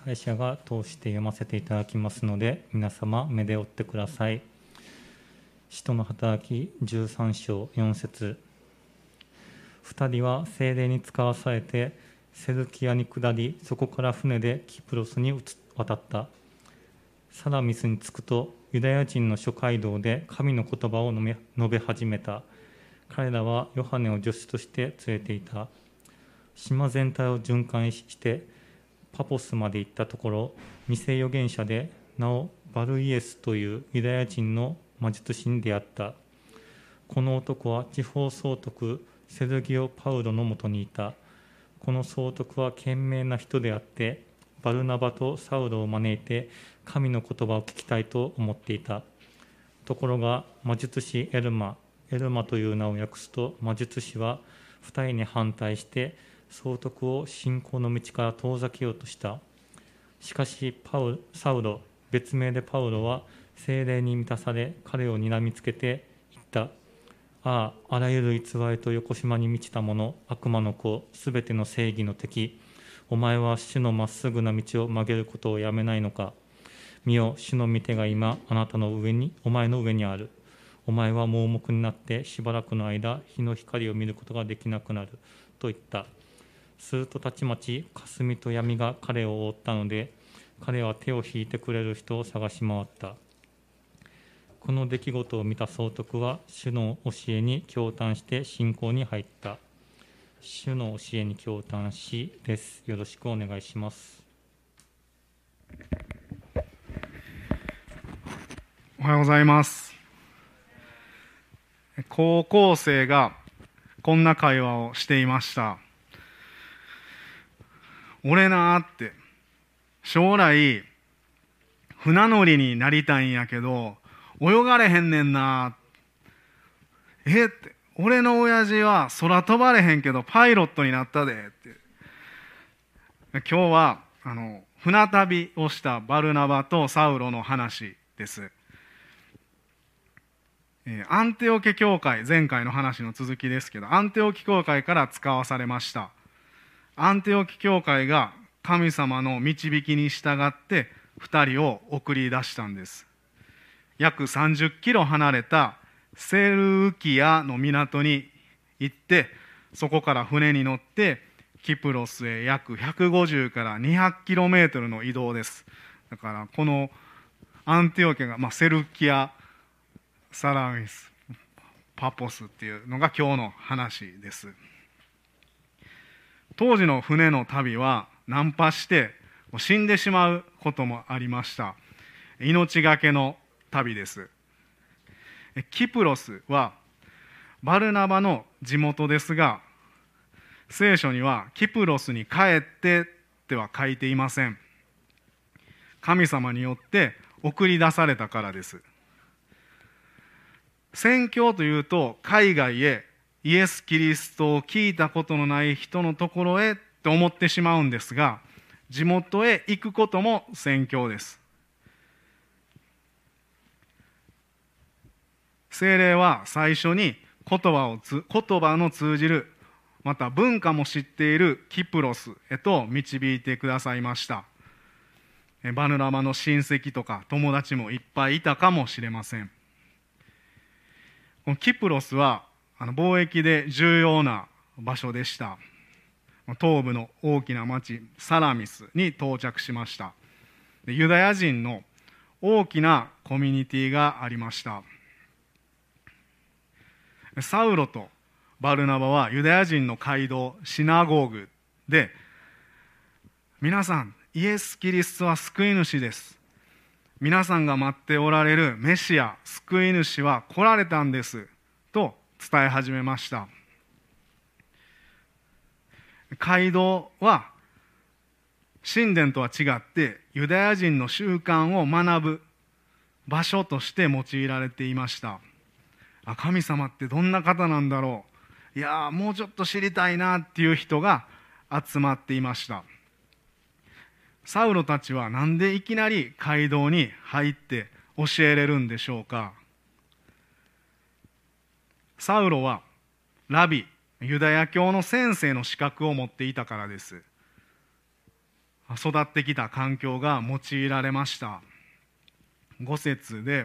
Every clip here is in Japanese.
会社が通して読ませていただきますので、皆様目で追ってください。使徒の働き13章4節。2人は聖霊に使わされてセルキアに下り、そこから船でキプロスに渡った。サラミスに着くと、ユダヤ人の諸街道で神の言葉を述べ始めた。彼らはヨハネを助手として連れていた。島全体を巡回してパポスまで行ったところ、偽預言者で名をバルイエスというユダヤ人の魔術師に出会った。この男は地方総督セルギオ・パウロのもとにいた。この総督は賢明な人であって、バルナバとサウロを招いて神の言葉を聞きたいと思っていた。ところが魔術師エルマという名を訳すと、魔術師は二人に反対して総督を信仰の道から遠ざけようとした。しかしサウロ、別名でパウロは聖霊に満たされ、彼を睨みつけて言った。ああ、あらゆる偽りと横島に満ちた者、悪魔の子、すべての正義の敵。お前は主のまっすぐな道を曲げることをやめないのか。見よ、主の御手が今お前の上にある。お前は盲目になってしばらくの間、日の光を見ることができなくなると言った。するとたちまち霞と闇が彼を覆ったので、彼は手を引いてくれる人を探し回った。この出来事を見た総督は主の教えに驚嘆して信仰に入った。主の教えに驚嘆しです。よろしくお願いします。 おはようございます。高校生がこんな会話をしていました。俺なーって、将来船乗りになりたいんやけど泳がれへんねんなーって、俺の親父は空飛ばれへんけどパイロットになったでって。今日は船旅をしたバルナバとサウロの話です。アンテオケ教会、前回の話の続きですけど、アンテオケ教会から使わされました。アンテオケ教会が神様の導きに従って2人を送り出したんです。約30キロ離れたセルウキアの港に行って、そこから船に乗ってキプロスへ約150から200キロメートルの移動です。だからこのアンテオケが、セルキア、サラミス、パポスっていうのが今日の話です。当時の船の旅は難破して死んでしまうこともありました。命がけの旅です。キプロスはバルナバの地元ですが、聖書にはキプロスに帰ってっては書いていません。神様によって送り出されたからです。宣教というと、海外へイエス・キリストを聞いたことのない人のところへと思ってしまうんですが、地元へ行くことも宣教です。聖霊は最初に言葉の通じる、また文化も知っているキプロスへと導いてくださいました。バルナバの親戚とか友達もいっぱいいたかもしれません。このキプロスは貿易で重要な場所でした。東部の大きな町サラミスに到着しました。ユダヤ人の大きなコミュニティがありました。サウロとバルナバはユダヤ人の街道シナゴーグで、皆さん、イエス・キリストは救い主です。皆さんが待っておられるメシア、救い主は来られたんですと伝え始めました。街道は神殿とは違ってユダヤ人の習慣を学ぶ場所として用いられていました。神様ってどんな方なんだろう、いやもうちょっと知りたいなっていう人が集まっていました。サウロたちはなんでいきなり街道に入って教えれるんでしょうか。サウロはラビ、ユダヤ教の先生の資格を持っていたからです。 育ってきた環境が用いられました。5節で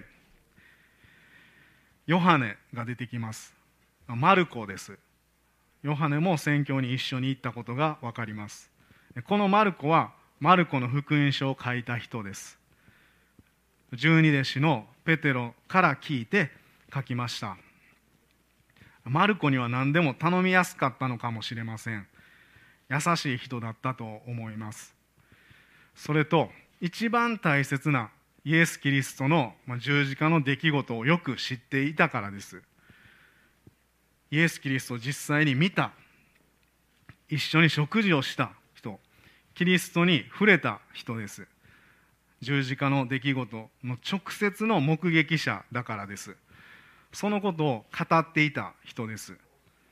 ヨハネが出てきます。マルコです。ヨハネも宣教に一緒に行ったことが分かります。このマルコはマルコの福音書を書いた人です。十二弟子のペテロから聞いて書きました。マルコには何でも頼みやすかったのかもしれません。優しい人だったと思います。それと一番大切なイエス・キリストの十字架の出来事をよく知っていたからです。イエス・キリストを実際に見た、一緒に食事をした人、キリストに触れた人です。十字架の出来事の直接の目撃者だからです。そのことを語っていた人です。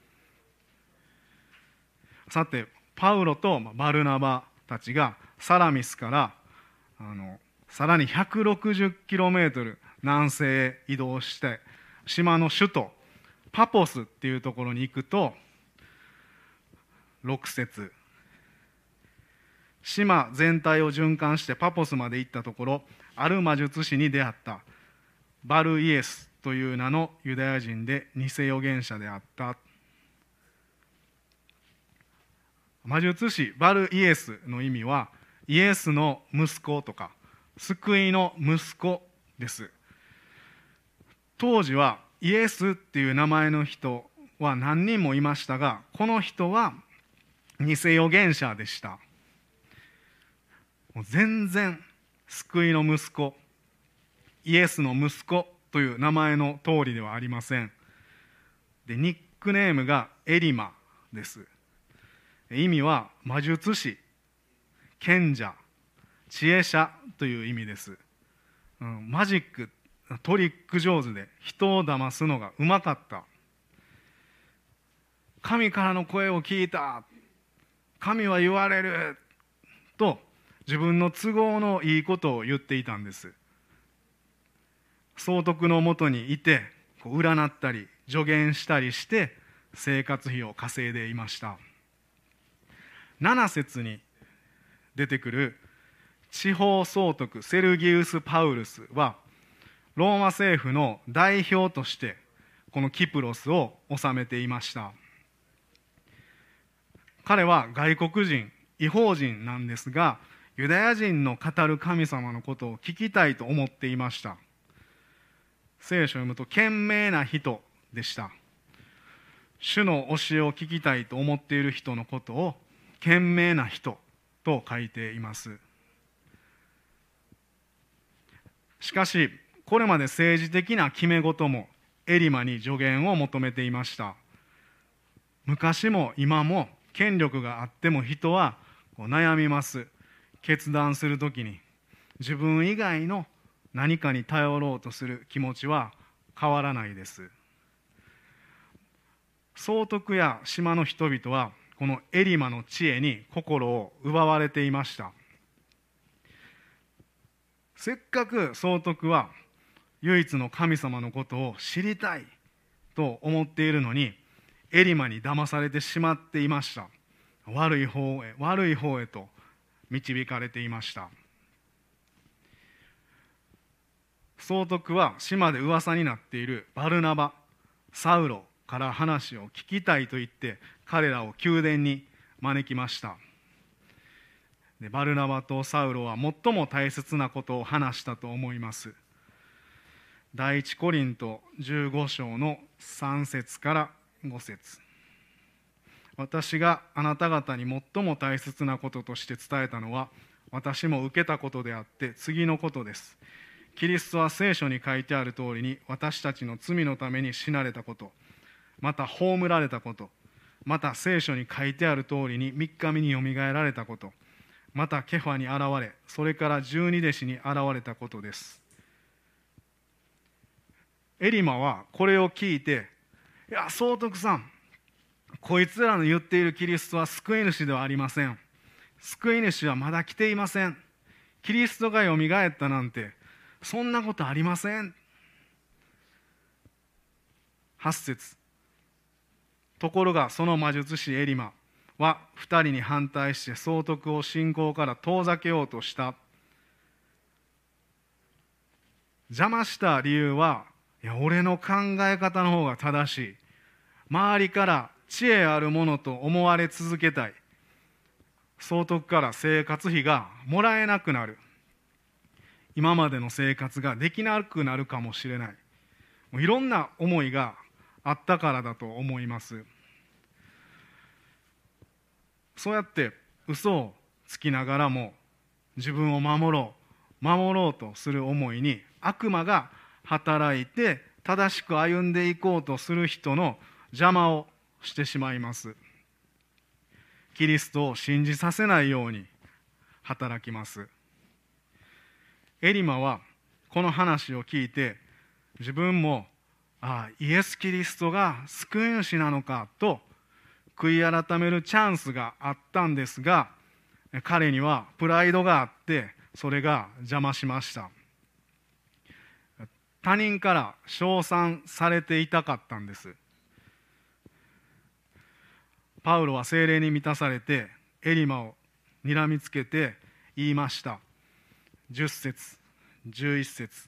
さて、パウロとバルナバたちがサラミスからさらに 160km 南西へ移動して島の首都パポスっていうところに行くと、6節、島全体を循環してパポスまで行ったところ、ある魔術師に出会った。バルイエスという名のユダヤ人で偽預言者であった。魔術師バルイエスの意味はイエスの息子とか救いの息子です。当時はイエスっていう名前の人は何人もいましたが、この人は偽預言者でした。もう全然救いの息子、イエスの息子という名前の通りではありません。で、ニックネームがエリマです。意味は魔術師、賢者、知恵者という意味です。マジック、トリック上手で人を騙すのがうまかった。神からの声を聞いた、神は言われると自分の都合のいいことを言っていたんです。総督のもとにいて占ったり助言したりして生活費を稼いでいました。7節に出てくる地方総督セルギウス・パウルスはローマ政府の代表としてこのキプロスを治めていました。彼は外国人、異邦人なんですが、ユダヤ人の語る神様のことを聞きたいと思っていました。聖書を読むと賢明な人でした。主の教えを聞きたいと思っている人のことを賢明な人と書いています。しかしこれまで政治的な決め事もエリマに助言を求めていました。昔も今も権力があっても人は悩みます。決断するときに自分以外の何かに頼ろうとする気持ちは変わらないです。総督や島の人々はこのエリマの知恵に心を奪われていました。せっかく総督は唯一の神様のことを知りたいと思っているのに、エリマに騙されてしまっていました。悪い方へと導かれていました。総督は島で噂になっているバルナバ、サウロから話を聞きたいと言って彼らを宮殿に招きました。で、バルナバとサウロは最も大切なことを話したと思います。第一コリント15章の3節から5節、私があなた方に最も大切なこととして伝えたのは私も受けたことであって次のことです。キリストは聖書に書いてある通りに私たちの罪のために死なれたこと、また葬られたこと、また聖書に書いてある通りに3日目によみがえられたこと、またケファに現れ、それから12弟子に現れたことです。エリマはこれを聞いて、いや総督さん、こいつらの言っているキリストは救い主ではありません。救い主はまだ来ていません。キリストがよみがえったなんてそんなことありません。8節、ところがその魔術師エリマ、 は2人に反対して総督を信仰から遠ざけようとした。邪魔した理由は、いや俺の考え方の方が正しい、周りから知恵あるものと思われ続けたい、総督から生活費がもらえなくなる、今までの生活ができなくなるかもしれない、もういろんな思いがあったからだと思います。そうやって嘘をつきながらも自分を守ろうとする思いに悪魔が働いて、正しく歩んでいこうとする人の邪魔をしてしまいます。キリストを信じさせないように働きます。エリマはこの話を聞いて、自分もイエス・キリストが救い主なのかと悔い改めるチャンスがあったんですが、彼にはプライドがあってそれが邪魔しました。他人から称賛されていたかったんです。パウロは聖霊に満たされてエリマを睨みつけて言いました。10節11節、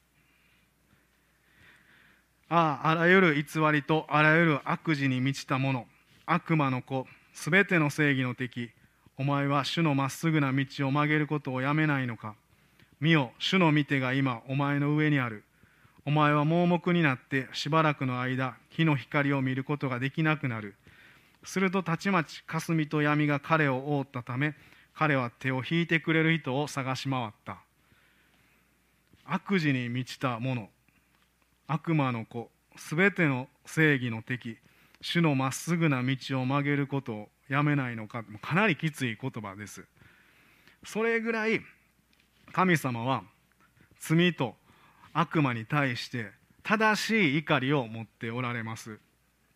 あらゆる偽りとあらゆる悪事に満ちたもの、悪魔の子、すべての正義の敵、お前は主のまっすぐな道を曲げることをやめないのか。見よ、主の御手が今お前の上にある。お前は盲目になってしばらくの間、日の光を見ることができなくなる。するとたちまち霞と闇が彼を覆ったため、彼は手を引いてくれる人を探し回った。悪事に満ちたもの、悪魔の子、すべての正義の敵、主のまっすぐな道を曲げることをやめないのか。かなりきつい言葉です。それぐらい神様は罪と悪魔に対して正しい怒りを持っておられます。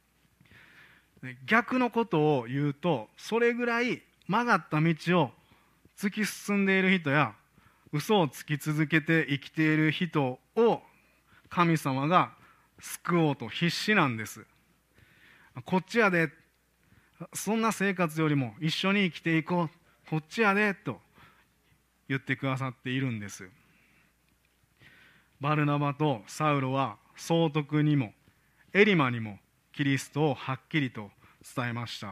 逆のことを言うと、それぐらい曲がった道を突き進んでいる人や嘘をつき続けて生きている人を神様が救おうと必死なんです。こっちやで、そんな生活よりも一緒に生きていこう、こっちやでと言ってくださっているんです。バルナバとサウロは総督にもエリマにもキリストをはっきりと伝えました。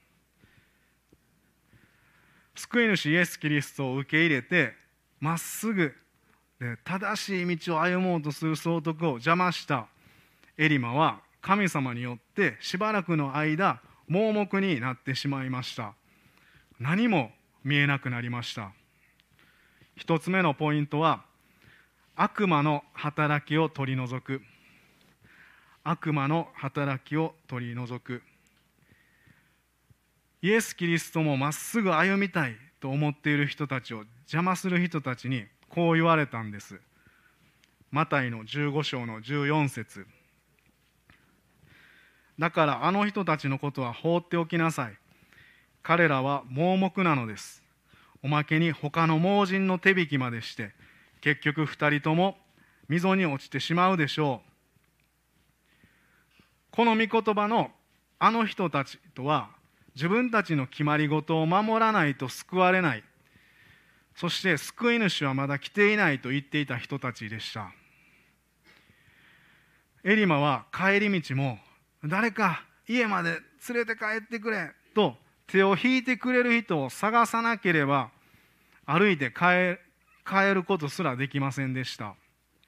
救い主イエス・キリストを受け入れてまっすぐで正しい道を歩もうとする総督を邪魔したエリマは神様によってしばらくの間盲目になってしまいました。何も見えなくなりました。一つ目のポイントは、悪魔の働きを取り除く。悪魔の働きを取り除く。イエス・キリストもまっすぐ歩みたいと思っている人たちを邪魔する人たちにこう言われたんです。マタイの15章の14節。だからあの人たちのことは放っておきなさい。彼らは盲目なのです。おまけに他の盲人の手引きまでして結局2人とも溝に落ちてしまうでしょう。この御言葉のあの人たちとは、自分たちの決まり事を守らないと救われない、そして救い主はまだ来ていないと言っていた人たちでした。エリマは帰り道も、誰か家まで連れて帰ってくれと手を引いてくれる人を探さなければ歩いて帰ることすらできませんでした。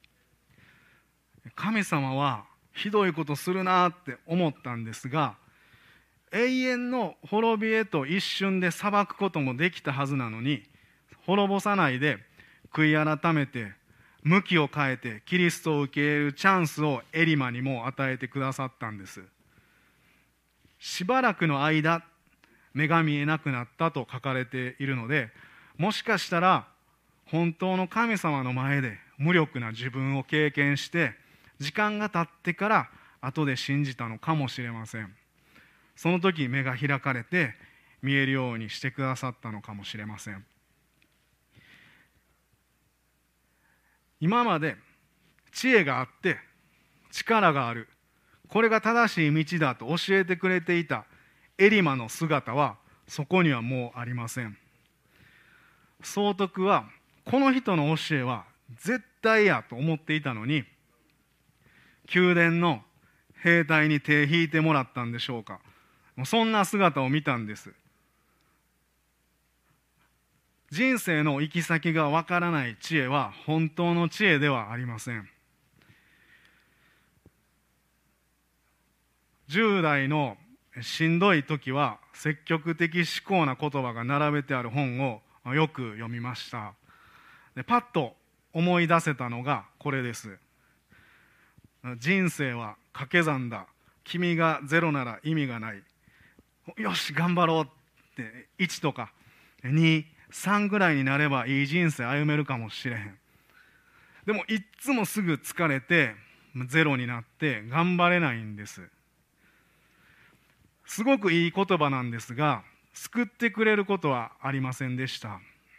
神様はひどいことするなって思ったんですが、永遠の滅びへと一瞬で裁くこともできたはずなのに、滅ぼさないで悔い改めて向きを変えてキリストを受け入れるチャンスをエリマにも与えてくださったんです。しばらくの間目が見えなくなったと書かれているので、もしかしたら本当の神様の前で無力な自分を経験して時間が経ってから後で信じたのかもしれません。その時目が開かれて見えるようにしてくださったのかもしれません。今まで知恵があって力がある、これが正しい道だと教えてくれていたエリマの姿はそこにはもうありません。総督はこの人の教えは絶対やと思っていたのに、宮殿の兵隊に手を引いてもらったんでしょうか。もうそんな姿を見たんです。人生の行き先がわからない知恵は本当の知恵ではありません。10代のしんどい時は積極的思考な言葉が並べてある本をよく読みました。でパッと思い出せたのがこれです。人生は掛け算だ。君がゼロなら意味がない。よし頑張ろうって1とか2、3ぐらいになればいい人生歩めるかもしれへん。でもいっつもすぐ疲れてゼロになって頑張れないんです。すごくいい言葉なんですが、救ってくれることはありませんでした。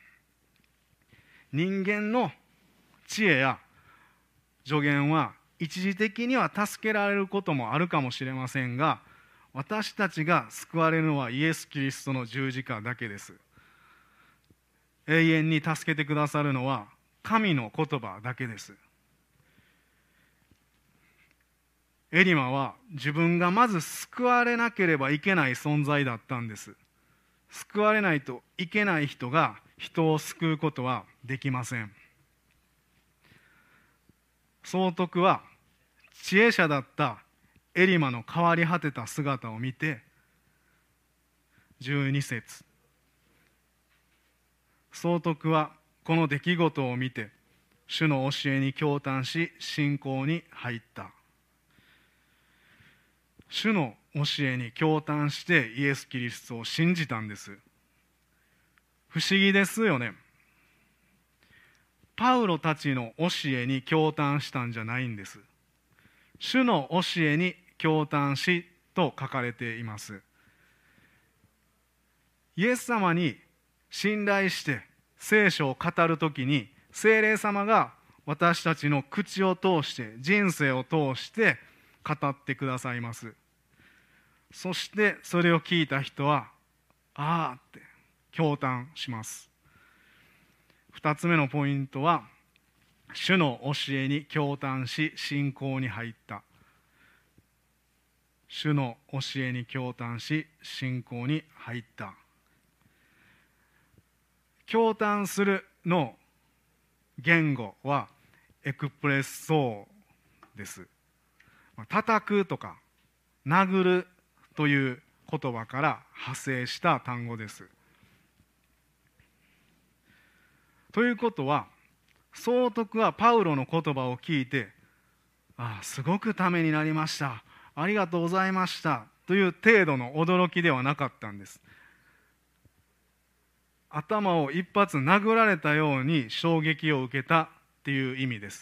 人間の知恵や助言は一時的には助けられることもあるかもしれませんが、私たちが救われるのはイエス・キリストの十字架だけです。永遠に助けてくださるのは神の言葉だけです。エリマは自分がまず救われなければいけない存在だったんです。救われないといけない人が人を救うことはできません。総督は知恵者だったエリマの変わり果てた姿を見て、12節、総督はこの出来事を見て主の教えに驚嘆し信仰に入った。主の教えに驚嘆してイエス・キリストを信じたんです。不思議ですよね。パウロたちの教えに驚嘆したんじゃないんです。主の教えに驚嘆しと書かれています。イエス様に信頼して聖書を語るときに、聖霊様が私たちの口を通して人生を通して語ってくださいます。そしてそれを聞いた人はああって驚嘆します。2つ目のポイントは、主の教えに驚嘆し信仰に入った。主の教えに驚嘆し信仰に入った。驚嘆するの言語はエクプレッソーです。叩くとか殴るという言葉から派生した単語です。ということは、総督はパウロの言葉を聞いて、すごくためになりました、ありがとうございましたという程度の驚きではなかったんです。頭を一発殴られたように衝撃を受けたっていう意味です。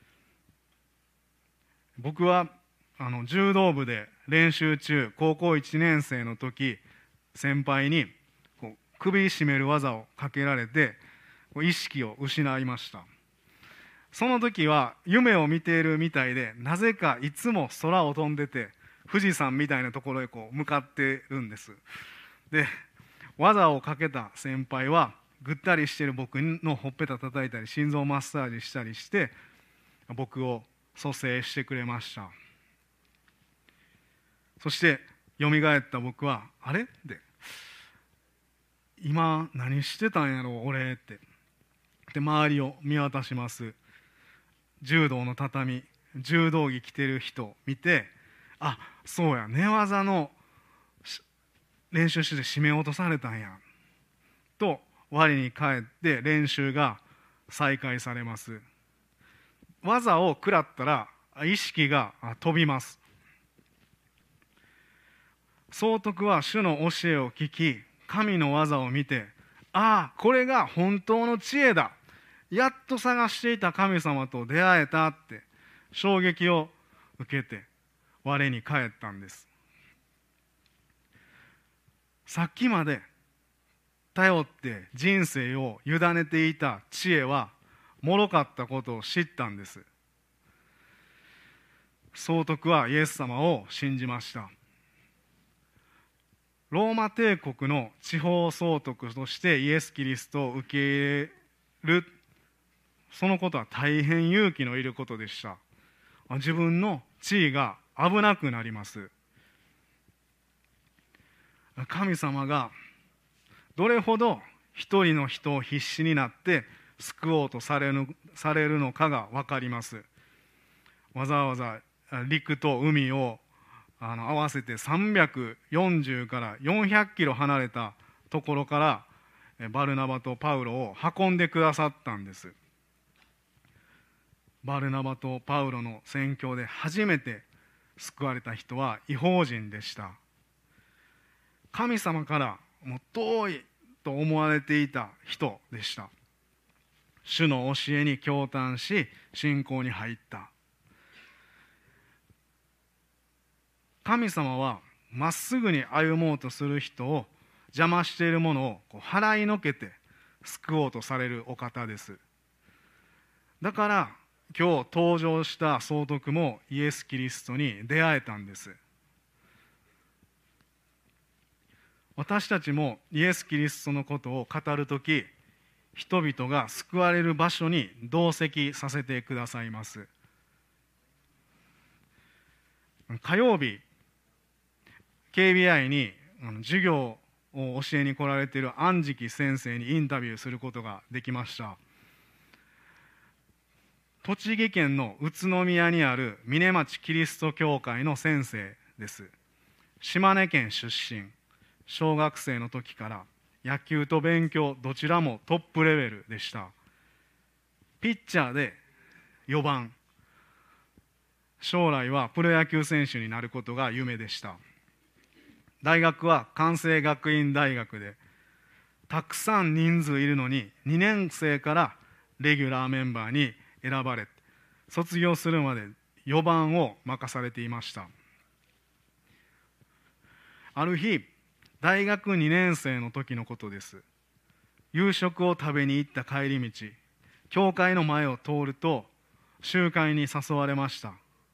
僕は柔道部で練習中、高校1年生の時、先輩に首絞める技をかけられて意識を失いました。その時は夢を見ているみたいで、なぜかいつも空を飛んでて富士山みたいなところへ向かってるんです。で、技をかけた先輩はぐったりしている僕のほっぺた叩いたり心臓マッサージしたりして僕を蘇生してくれました。そしてよみがえった僕は、あれって今何してたんやろう俺って。で周りを見渡します。柔道の畳、柔道着着てる人見て、そうや、寝技の練習して締め落とされたんやと我に返って練習が再開されます。技を食らったら意識が飛びます。総督は主の教えを聞き、神の技を見て、これが本当の知恵だ、やっと探していた神様と出会えたって衝撃を受けて我に返ったんです。さっきまで頼って人生を委ねていた知恵は脆かったことを知ったんです。総督はイエス様を信じました。 ローマ帝国の地方総督としてイエス・キリストを受け入れる、そのことは大変勇気のいることでした。自分の地位が危なくなります。神様がどれほど一人の人を必死になって救おうとされるのかが分かります。わざわざ陸と海を合わせて340から400キロ離れたところからバルナバとパウロを運んでくださったんです。バルナバとパウロの宣教で初めて救われた人は異邦人でした。神様からもう遠いと思われていた人でした。主の教えに驚嘆し信仰に入った。神様はまっすぐに歩もうとする人を、邪魔しているものを払いのけて救おうとされるお方です。だから今日登場した総督もイエス・キリストに出会えたんです。私たちもイエス・キリストのことを語るとき、人々が救われる場所に同席させてくださいます。火曜日、KBI に授業を教えに来られている安食先生にインタビューすることができました。栃木県の宇都宮にある峰町キリスト教会の先生です。島根県出身、小学生の時から野球と勉強どちらもトップレベルでした。ピッチャーで4番、将来はプロ野球選手になることが夢でした。大学は関西学院大学で、たくさん人数いるのに2年生からレギュラーメンバーに選ばれ、卒業するまで4番を任されていました。ある日、大学2年生の時のことです。夕食を食べに行った帰り道、教会の前を通ると集会に誘われました。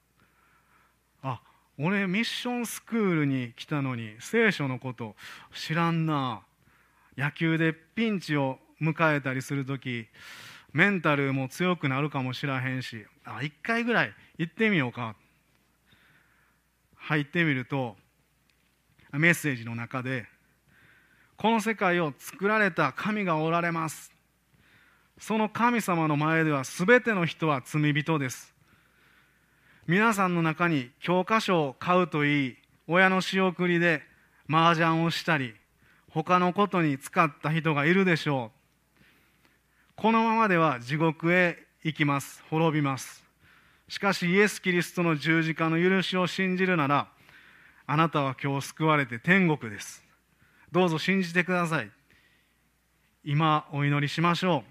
俺ミッションスクールに来たのに聖書のこと知らんな。野球でピンチを迎えたりするときメンタルも強くなるかもしらへんし、一回ぐらい行ってみようか。入ってみるとメッセージの中で、この世界を作られた神がおられます。その神様の前ではすべての人は罪人です。皆さんの中に教科書を買うといい、親の仕送りで麻雀をしたり他のことに使った人がいるでしょう。このままでは地獄へ行きます。滅びます。しかしイエス・キリストの十字架の許しを信じるなら、あなたは今日救われて天国です。どうぞ信じてください。今お祈りしましょう。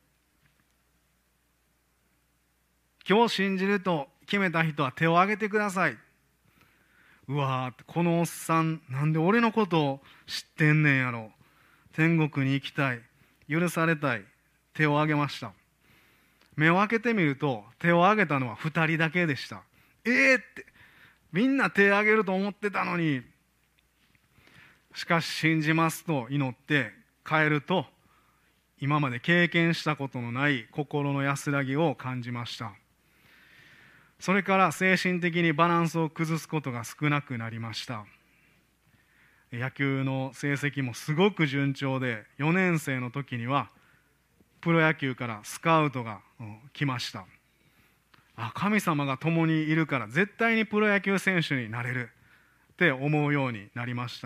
今日信じると決めた人は手を挙げてください。うわー、このおっさんなんで俺のことを知ってんねんやろ。天国に行きたい、許されたい。手を挙げました。目を開けてみると手を挙げたのは2人だけでした。ってみんな手を挙げると思ってたのに。しかし信じますと祈って帰ると、今まで経験したことのない心の安らぎを感じました。それから精神的にバランスを崩すことが少なくなりました。野球の成績もすごく順調で、4年生の時にはプロ野球からスカウトが来ました。神様が共にいるから絶対にプロ野球選手になれるって思うようになりました。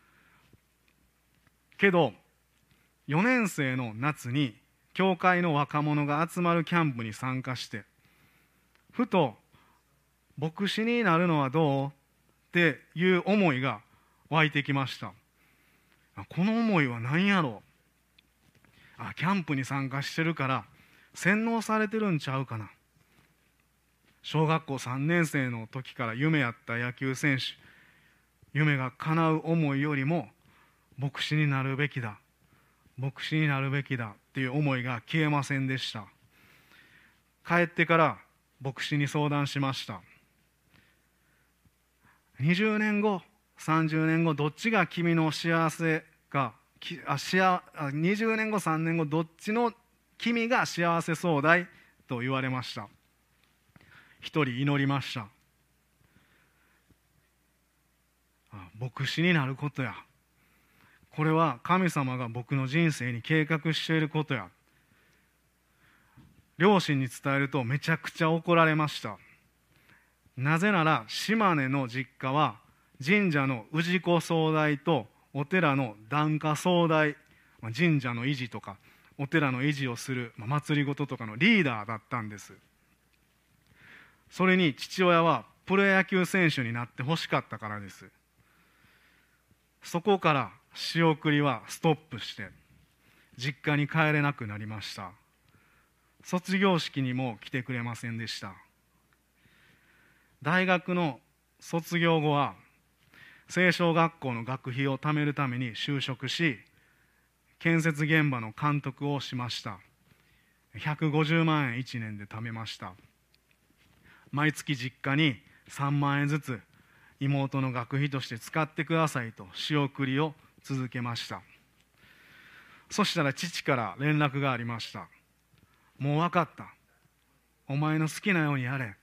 けど4年生の夏に教会の若者が集まるキャンプに参加して、ふと牧師になるのはどうっていう思いが湧いてきました。この思いは何やろう。キャンプに参加してるから洗脳されてるんちゃうかな。小学校3年生の時から夢やった野球選手、夢が叶う思いよりも牧師になるべきだ、牧師になるべきだっていう思いが消えませんでした。帰ってから牧師に相談しました。20年後 30年後どっちが君の幸せか、20年後3年後どっちの君が幸せそうだいと言われました。一人祈りました。牧師になることや、これは神様が僕の人生に計画していることや。両親に伝えるとめちゃくちゃ怒られました。なぜなら島根の実家は神社の氏子総代とお寺の檀家総代、神社の維持とかお寺の維持をする祭りごととかのリーダーだったんです。それに父親はプロ野球選手になってほしかったからです。そこから仕送りはストップして実家に帰れなくなりました。卒業式にも来てくれませんでした。大学の卒業後は青少学校の学費を貯めるために就職し、建設現場の監督をしました。150万円1年で貯めました。毎月実家に3万円ずつ妹の学費として使ってくださいと仕送りを続けました。そしたら父から連絡がありました。もう分かった。お前の好きなようにやれ。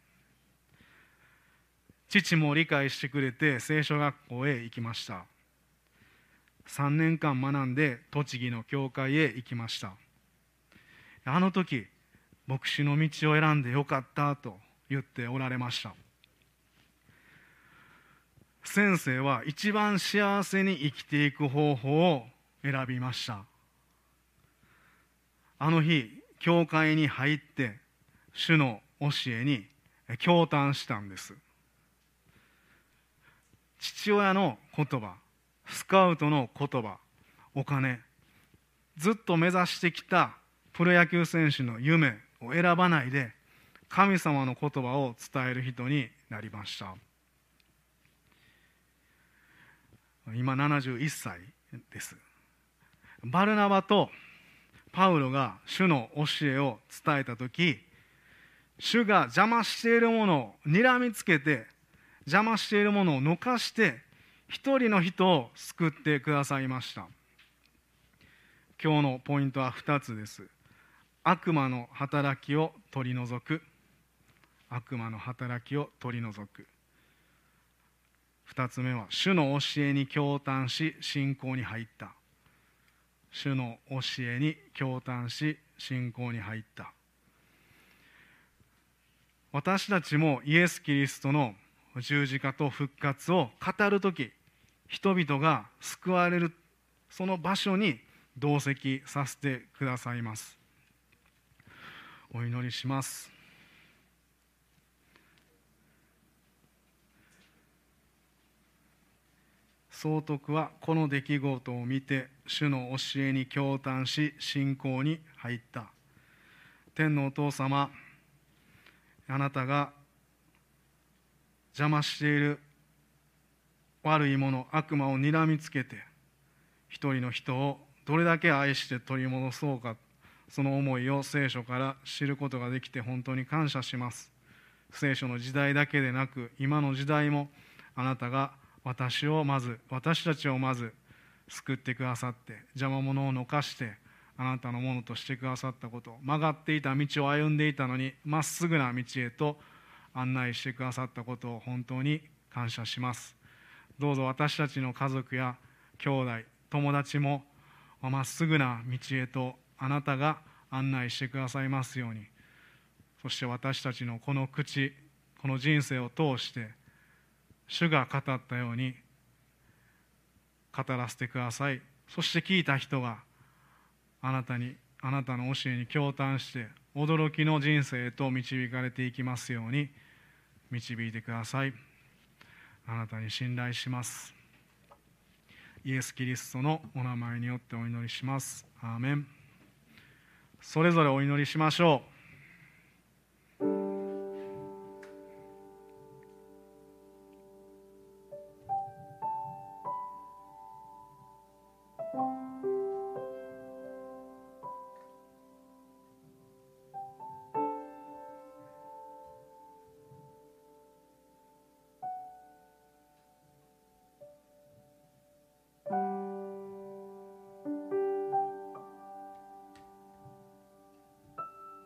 父も理解してくれて聖書学校へ行きました。3年間学んで栃木の教会へ行きました。あの時牧師の道を選んでよかったと言っておられました。先生は一番幸せに生きていく方法を選びました。あの日教会に入って主の教えに驚嘆したんです。父親の言葉、スカウトの言葉、お金、ずっと目指してきたプロ野球選手の夢を選ばないで神様の言葉を伝える人になりました。今71歳です。バルナバとパウロが主の教えを伝えたとき、主が邪魔しているものを睨みつけて、邪魔しているものを抜かして一人の人を救ってくださいました。今日のポイントは2つです。悪魔の働きを取り除く。悪魔の働きを取り除く。2つ目は主の教えに驚嘆し信仰に入った。主の教えに驚嘆し信仰に入った。私たちもイエス・キリストの十字架と復活を語るとき、人々が救われるその場所に同席させてくださいます。お祈りします。総督はこの出来事を見て主の教えに驚嘆し信仰に入った。天のお父様、あなたが邪魔している悪いもの、悪魔を睨みつけて一人の人をどれだけ愛して取り戻そうか、その思いを聖書から知ることができて本当に感謝します。聖書の時代だけでなく今の時代もあなたが私たちをまず救ってくださって、邪魔者を残してあなたのものとしてくださったこと、曲がっていた道を歩んでいたのにまっすぐな道へと案内してくださったことを本当に感謝します。どうぞ私たちの家族や兄弟、友達もまっすぐな道へとあなたが案内してくださいますように、そして私たちのこの口、この人生を通して主が語ったように語らせてください。そして聞いた人があなたの教えに驚嘆して驚きの人生へと導かれていきますように導いてください。あなたに信頼します。イエス・キリストのお名前によってお祈りします。アーメン。それぞれお祈りしましょう。